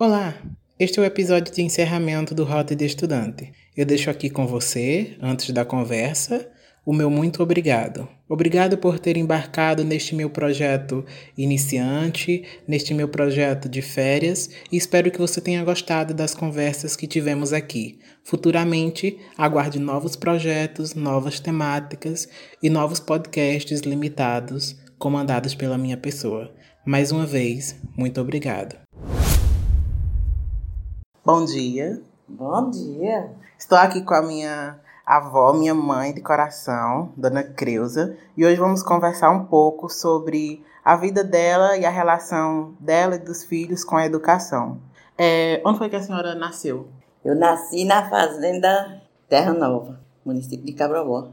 Olá, este é o episódio de encerramento do Rota de Estudante. Eu deixo aqui com você, antes da conversa, o meu muito obrigado. Obrigado por ter embarcado neste meu projeto iniciante, neste meu projeto de férias, e espero que você tenha gostado das conversas que tivemos aqui. Futuramente, aguarde novos projetos, novas temáticas e novos podcasts limitados, comandados pela minha pessoa. Mais uma vez, muito obrigado. Bom dia. Bom dia. Estou aqui com a minha avó, minha mãe de coração, Dona Creuza, e hoje vamos conversar um pouco sobre a vida dela e a relação dela e dos filhos com a educação. Onde foi que a senhora nasceu? Eu nasci na fazenda Terra Nova, município de Cabrobó.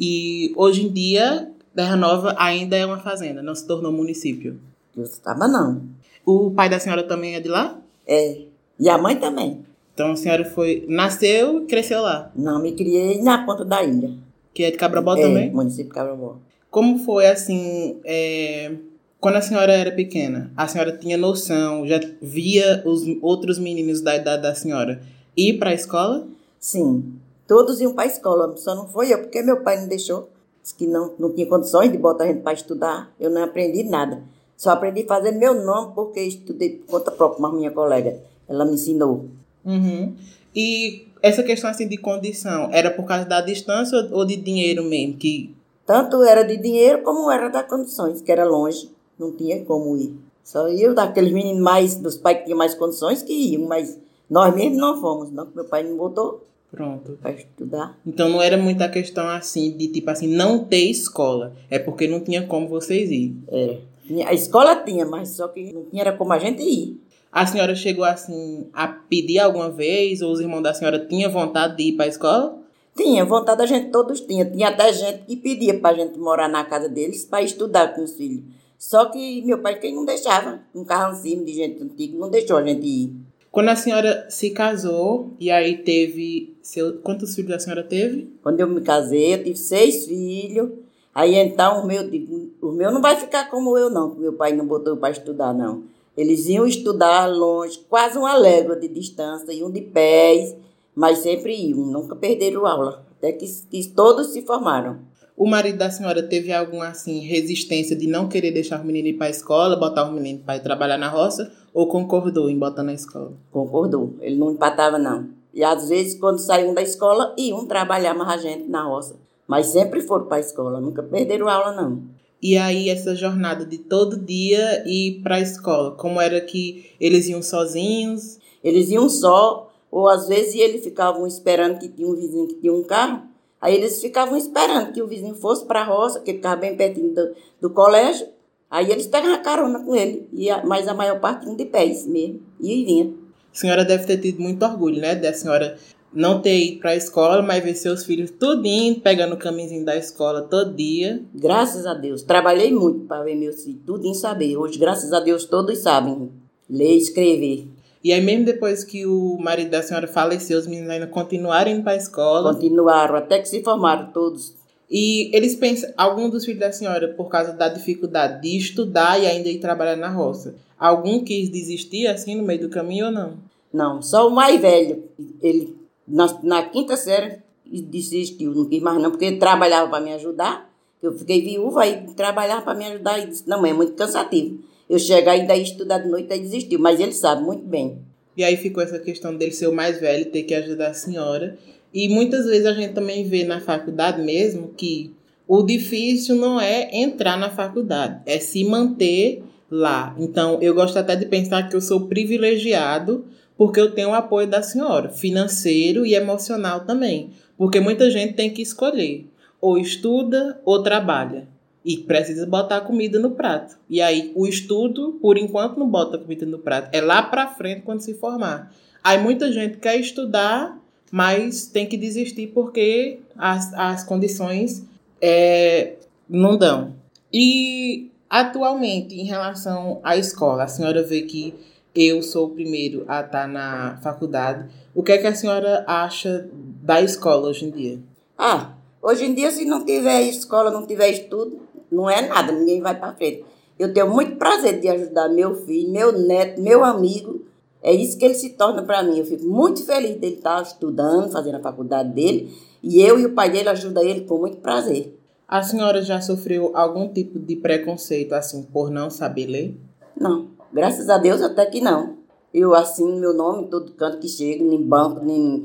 E hoje em dia, Terra Nova ainda é uma fazenda, não se tornou município. Eu estava não. O pai da senhora também é de lá? É. E a mãe também. Então a senhora nasceu e cresceu lá? Não, me criei na ponta da ilha. Que é de Cabrobó também? Município de Cabrobó. Como foi assim, quando a senhora era pequena? A senhora tinha noção, já via os outros meninos da idade da senhora ir para a escola? Sim, todos iam para a escola, só não foi eu, porque meu pai não deixou. Disse que não tinha condições de botar a gente para estudar. Eu não aprendi nada. Só aprendi a fazer meu nome porque estudei por conta própria, mas minha colega, ela me ensinou. Uhum. E essa questão assim de condição, era por causa da distância ou de dinheiro mesmo? Tanto era de dinheiro como era das condições, que era longe, não tinha como ir. Só eu, daqueles meninos dos pais que tinham mais condições, que iam, mas nós mesmos não fomos, não, meu pai não botou. Pronto. Para estudar. Então não era muita questão assim, de tipo assim, não ter escola, é porque não tinha como vocês ir. Era. A escola tinha, mas só que não tinha era como a gente ir. A senhora chegou assim a pedir alguma vez, ou os irmãos da senhora tinham vontade de ir para a escola? Tinha, vontade a gente todos tinha. Tinha até gente que pedia para a gente morar na casa deles para estudar com os filhos. Só que meu pai quem não deixava, um carrancismo de gente antiga, não deixou a gente ir. Quando a senhora se casou, e aí teve... Quantos filhos a senhora teve? Quando eu me casei, eu tive 6 filhos. Aí então o meu não vai ficar como eu não, que meu pai não botou para estudar não. Eles iam estudar longe, quase uma légua de distância, iam de pés, mas sempre iam, nunca perderam aula, até que todos se formaram. O marido da senhora teve alguma assim, resistência de não querer deixar o menino ir para a escola, botar o menino para ir trabalhar na roça, ou concordou em botar na escola? Concordou, ele não empatava não. E às vezes, quando saíam da escola, iam trabalhar mais a gente na roça. Mas sempre foram para a escola, nunca perderam aula não. E aí, essa jornada de todo dia ir para a escola, como era que eles iam sozinhos? Eles iam só, ou às vezes eles ficavam esperando que tinha um vizinho que tinha um carro. Aí eles ficavam esperando que o vizinho fosse para a roça, que ficava bem pertinho do colégio. Aí eles pegavam carona com ele, mas a maior parte iam de pés mesmo, e vinha. A senhora deve ter tido muito orgulho, né, da senhora não ter ido para a escola, mas ver seus filhos tudinho, pegando o caminhozinho da escola todo dia. Graças a Deus. Trabalhei muito para ver meus filhos tudinho saber. Hoje, graças a Deus, todos sabem ler e escrever. E aí, mesmo depois que o marido da senhora faleceu, os meninos ainda continuaram indo para a escola? Continuaram, até que se formaram todos. E eles pensam, algum dos filhos da senhora, por causa da dificuldade de estudar e ainda ir trabalhar na roça, algum quis desistir assim no meio do caminho ou não? Não, só o mais velho. Ele... Na quinta série, desistiu, não quis mais não, porque ele trabalhava para me ajudar. Eu fiquei viúva e trabalhava para me ajudar e disse, não, mãe, é muito cansativo. Eu chego ainda a estudar de noite e desistiu, mas ele sabe muito bem. E aí ficou essa questão dele ser o mais velho, ter que ajudar a senhora. E muitas vezes a gente também vê na faculdade mesmo que o difícil não é entrar na faculdade, é se manter lá. Então, eu gosto até de pensar que eu sou privilegiado porque eu tenho o apoio da senhora, financeiro e emocional também. Porque muita gente tem que escolher, ou estuda ou trabalha. E precisa botar comida no prato. E aí, o estudo, por enquanto, não bota comida no prato. É lá pra frente, quando se formar. Aí, muita gente quer estudar, mas tem que desistir porque as condições não dão. E, atualmente, em relação à escola, a senhora vê que eu sou o primeiro a estar na faculdade. O que é que a senhora acha da escola hoje em dia? Hoje em dia, se não tiver escola, não tiver estudo, não é nada, ninguém vai para frente. Eu tenho muito prazer de ajudar meu filho, meu neto, meu amigo, É isso que ele se torna para mim. Eu fico muito feliz dele estar estudando, fazendo a faculdade dele, e eu e o pai dele ajudam ele com muito prazer. A senhora já sofreu algum tipo de preconceito, assim, por não saber ler? Não, graças a Deus até que não. Eu assino meu nome em todo canto que chego, em banco,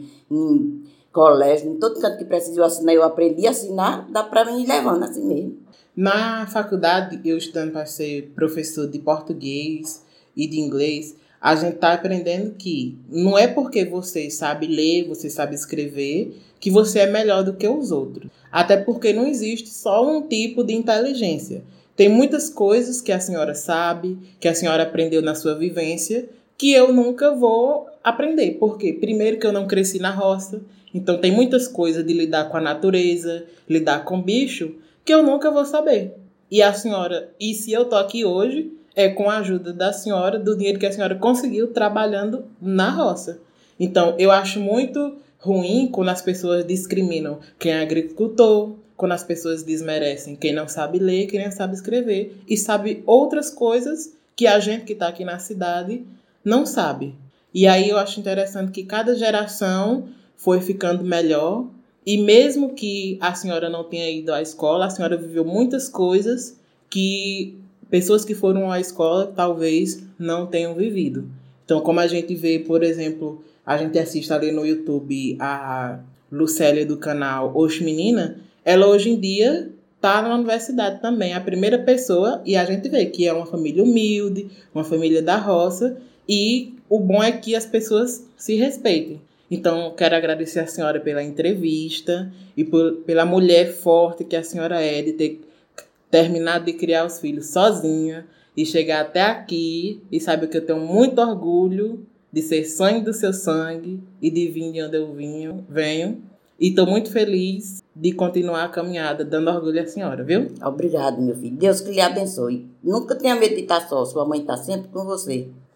em colégio, em todo canto que preciso eu assinar. Eu aprendi a assinar, dá para mim ir levando assim mesmo. Na faculdade, eu estudando para ser professor de português e de inglês, a gente está aprendendo que não é porque você sabe ler, você sabe escrever, que você é melhor do que os outros. Até porque não existe só um tipo de inteligência. Tem muitas coisas que a senhora sabe, que a senhora aprendeu na sua vivência, que eu nunca vou aprender. Por quê? Primeiro que eu não cresci na roça, então tem muitas coisas de lidar com a natureza, lidar com bicho, que eu nunca vou saber. E a senhora, e se eu tô aqui hoje, é com a ajuda da senhora, do dinheiro que a senhora conseguiu trabalhando na roça. Então, eu acho muito ruim quando as pessoas discriminam quem é agricultor, quando as pessoas desmerecem quem não sabe ler, quem não sabe escrever, e sabe outras coisas que a gente que está aqui na cidade não sabe. E aí eu acho interessante que cada geração foi ficando melhor, e mesmo que a senhora não tenha ido à escola, a senhora viveu muitas coisas que pessoas que foram à escola talvez não tenham vivido. Então, como a gente vê, por exemplo, a gente assiste ali no YouTube a Lucélia do canal Oxe Menina, ela hoje em dia está na universidade também, a primeira pessoa, e a gente vê que é uma família humilde, uma família da roça, e o bom é que as pessoas se respeitem. Então, quero agradecer a senhora pela entrevista e pela mulher forte que a senhora é, de ter terminado de criar os filhos sozinha e chegar até aqui e saber que eu tenho muito orgulho de ser sangue do seu sangue e de vir de onde eu venho. E estou muito feliz de continuar a caminhada, dando orgulho à senhora, viu? Obrigado, meu filho. Deus que lhe abençoe. Nunca tenha medo de estar só. Sua mãe está sempre com você.